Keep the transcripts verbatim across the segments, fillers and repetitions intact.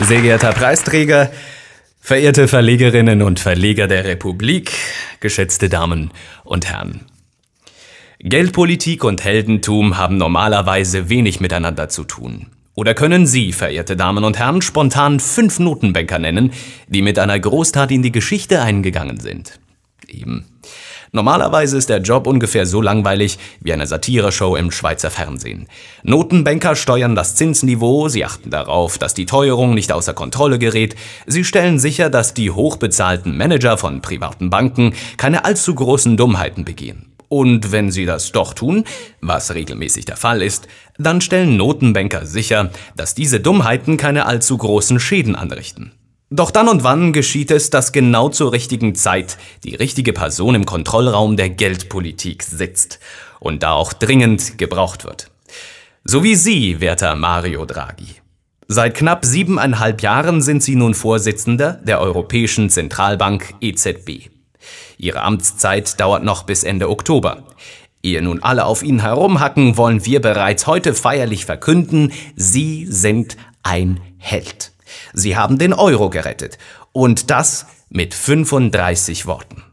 Sehr geehrter Preisträger, verehrte Verlegerinnen und Verleger der Republik, geschätzte Damen und Herren. Geldpolitik und Heldentum haben normalerweise wenig miteinander zu tun. Oder können Sie, verehrte Damen und Herren, spontan fünf Notenbanker nennen, die mit einer Großtat in die Geschichte eingegangen sind? Eben. Normalerweise ist der Job ungefähr so langweilig wie eine Satireshow im Schweizer Fernsehen. Notenbanker steuern das Zinsniveau, sie achten darauf, dass die Teuerung nicht außer Kontrolle gerät, sie stellen sicher, dass die hochbezahlten Manager von privaten Banken keine allzu großen Dummheiten begehen. Und wenn sie das doch tun, was regelmäßig der Fall ist, dann stellen Notenbanker sicher, dass diese Dummheiten keine allzu großen Schäden anrichten. Doch dann und wann geschieht es, dass genau zur richtigen Zeit die richtige Person im Kontrollraum der Geldpolitik sitzt und da auch dringend gebraucht wird. So wie Sie, werter Mario Draghi. Seit knapp siebeneinhalb Jahren sind Sie nun Vorsitzender der Europäischen Zentralbank E Z B. Ihre Amtszeit dauert noch bis Ende Oktober. Ehe nun alle auf ihn herumhacken, wollen wir bereits heute feierlich verkünden, Sie sind ein Held. Sie haben den Euro gerettet. Und das mit fünfunddreißig Worten.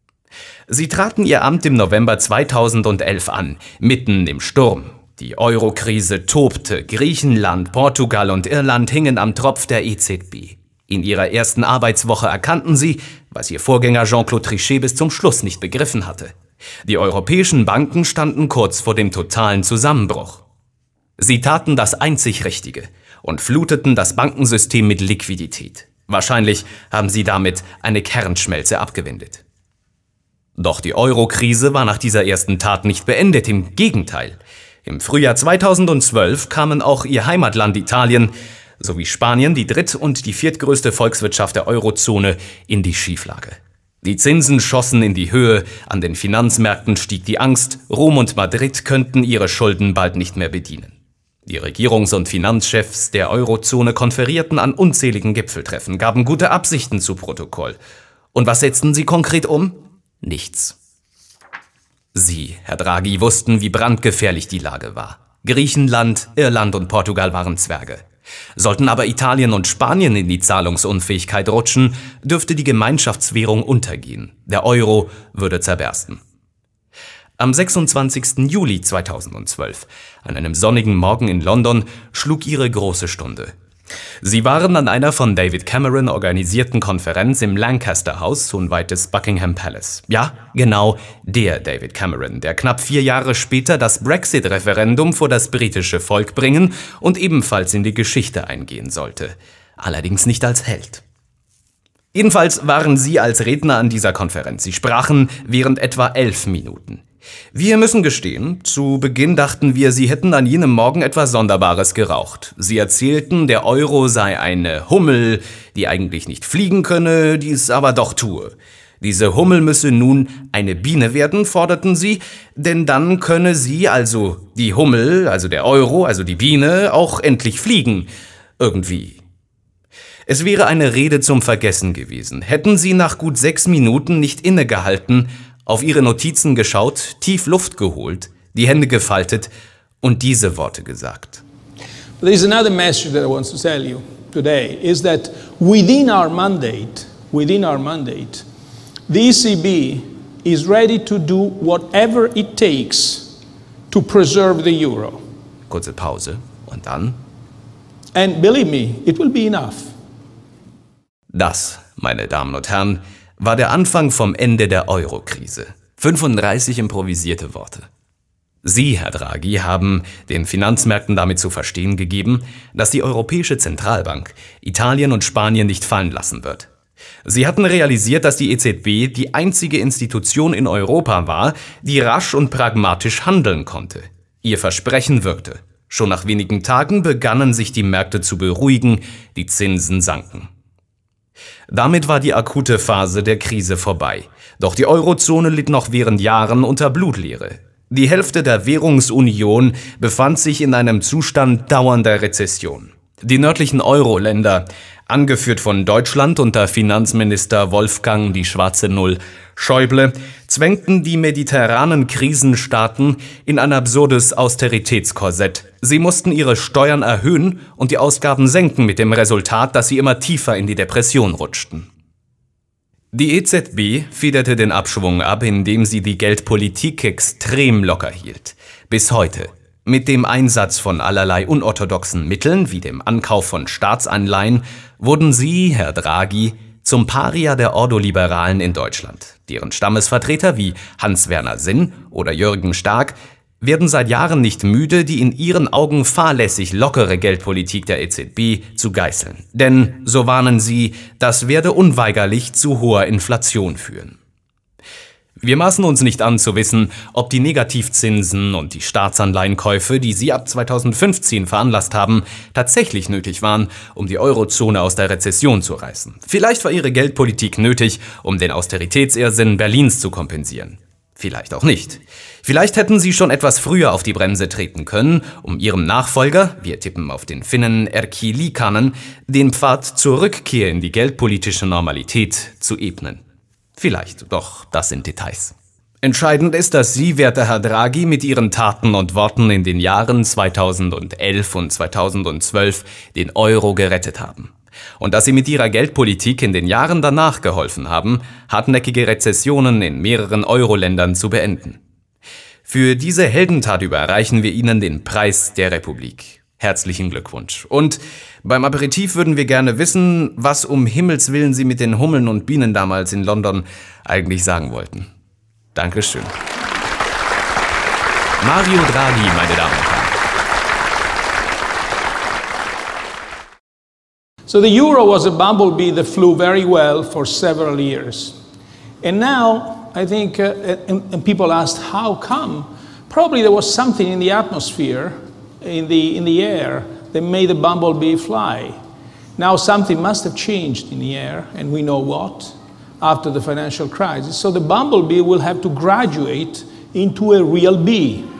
Sie traten Ihr Amt im November zweitausendelf an, mitten im Sturm. Die Euro-Krise tobte, Griechenland, Portugal und Irland hingen am Tropf der E Z B. In Ihrer ersten Arbeitswoche erkannten Sie, was Ihr Vorgänger Jean-Claude Trichet bis zum Schluss nicht begriffen hatte. Die europäischen Banken standen kurz vor dem totalen Zusammenbruch. Sie taten das einzig Richtige und fluteten das Bankensystem mit Liquidität. Wahrscheinlich haben sie damit eine Kernschmelze abgewendet. Doch die Euro-Krise war nach dieser ersten Tat nicht beendet, im Gegenteil. Im Frühjahr zweitausendzwölf kamen auch ihr Heimatland Italien sowie Spanien, die dritt- und die viertgrößte Volkswirtschaft der Eurozone, in die Schieflage. Die Zinsen schossen in die Höhe, an den Finanzmärkten stieg die Angst, Rom und Madrid könnten ihre Schulden bald nicht mehr bedienen. Die Regierungs- und Finanzchefs der Eurozone konferierten an unzähligen Gipfeltreffen, gaben gute Absichten zu Protokoll. Und was setzten sie konkret um? Nichts. Sie, Herr Draghi, wussten, wie brandgefährlich die Lage war. Griechenland, Irland und Portugal waren Zwerge. Sollten aber Italien und Spanien in die Zahlungsunfähigkeit rutschen, dürfte die Gemeinschaftswährung untergehen. Der Euro würde zerbersten. Am sechsundzwanzigsten Juli zweitausendzwölf, an einem sonnigen Morgen in London, schlug ihre große Stunde. Sie waren an einer von David Cameron organisierten Konferenz im Lancaster House, unweit des Buckingham Palace. Ja, genau der David Cameron, der knapp vier Jahre später das Brexit-Referendum vor das britische Volk bringen und ebenfalls in die Geschichte eingehen sollte. Allerdings nicht als Held. Jedenfalls waren Sie als Redner an dieser Konferenz. Sie sprachen während etwa elf Minuten. Wir müssen gestehen, zu Beginn dachten wir, Sie hätten an jenem Morgen etwas Sonderbares geraucht. Sie erzählten, der Euro sei eine Hummel, die eigentlich nicht fliegen könne, die es aber doch tue. Diese Hummel müsse nun eine Biene werden, forderten Sie, denn dann könne sie, also die Hummel, also der Euro, also die Biene, auch endlich fliegen. Irgendwie. Es wäre eine Rede zum Vergessen gewesen. Hätten Sie nach gut sechs Minuten nicht innegehalten, auf Ihre Notizen geschaut, tief Luft geholt, die Hände gefaltet und diese Worte gesagt. There is another message that I want to tell you today, is that within our mandate, within our mandate, the E C B is ready to do whatever it takes to preserve the euro. Kurze Pause und dann? And believe me, it will be enough. Das, meine Damen und Herren, war der Anfang vom Ende der Euro-Krise. fünfunddreißig improvisierte Worte. Sie, Herr Draghi, haben den Finanzmärkten damit zu verstehen gegeben, dass die Europäische Zentralbank Italien und Spanien nicht fallen lassen wird. Sie hatten realisiert, dass die E Z B die einzige Institution in Europa war, die rasch und pragmatisch handeln konnte. Ihr Versprechen wirkte. Schon nach wenigen Tagen begannen sich die Märkte zu beruhigen, die Zinsen sanken. Damit war die akute Phase der Krise vorbei. Doch die Eurozone litt noch während Jahren unter Blutleere. Die Hälfte der Währungsunion befand sich in einem Zustand dauernder Rezession. Die nördlichen Euro-Länder angeführt von Deutschland unter Finanzminister Wolfgang die Schwarze Null Schäuble, zwängten die mediterranen Krisenstaaten in ein absurdes Austeritätskorsett. Sie mussten ihre Steuern erhöhen und die Ausgaben senken, mit dem Resultat, dass sie immer tiefer in die Depression rutschten. Die E Z B federte den Abschwung ab, indem sie die Geldpolitik extrem locker hielt. Bis heute. Mit dem Einsatz von allerlei unorthodoxen Mitteln, wie dem Ankauf von Staatsanleihen, wurden Sie, Herr Draghi, zum Paria der Ordoliberalen in Deutschland. Deren Stammesvertreter wie Hans-Werner Sinn oder Jürgen Stark werden seit Jahren nicht müde, die in ihren Augen fahrlässig lockere Geldpolitik der E Z B zu geißeln. Denn, so warnen sie, das werde unweigerlich zu hoher Inflation führen. Wir maßen uns nicht an zu wissen, ob die Negativzinsen und die Staatsanleihenkäufe, die sie ab zweitausendfünfzehn veranlasst haben, tatsächlich nötig waren, um die Eurozone aus der Rezession zu reißen. Vielleicht war ihre Geldpolitik nötig, um den Austeritätsirrsinn Berlins zu kompensieren. Vielleicht auch nicht. Vielleicht hätten sie schon etwas früher auf die Bremse treten können, um ihrem Nachfolger, wir tippen auf den Finnen Erkki Liikanen, den Pfad zur Rückkehr in die geldpolitische Normalität zu ebnen. Vielleicht, doch das sind Details. Entscheidend ist, dass Sie, werter Herr Draghi, mit Ihren Taten und Worten in den Jahren zweitausendelf und zweitausendzwölf den Euro gerettet haben. Und dass Sie mit Ihrer Geldpolitik in den Jahren danach geholfen haben, hartnäckige Rezessionen in mehreren Euro-Ländern zu beenden. Für diese Heldentat überreichen wir Ihnen den Preis der Republik. Herzlichen Glückwunsch. Und beim Aperitif würden wir gerne wissen, was um Himmels Willen Sie mit den Hummeln und Bienen damals in London eigentlich sagen wollten. Dankeschön. Mario Draghi, meine Damen und Herren. So the euro was a bumblebee that flew very well for several years. And now, I think, uh, and, and people asked, how come? Probably there was something in the atmosphere, in the, in the air, that made the bumblebee fly. Now something must have changed in the air, and we know what, after the financial crisis. So the bumblebee will have to graduate into a real bee.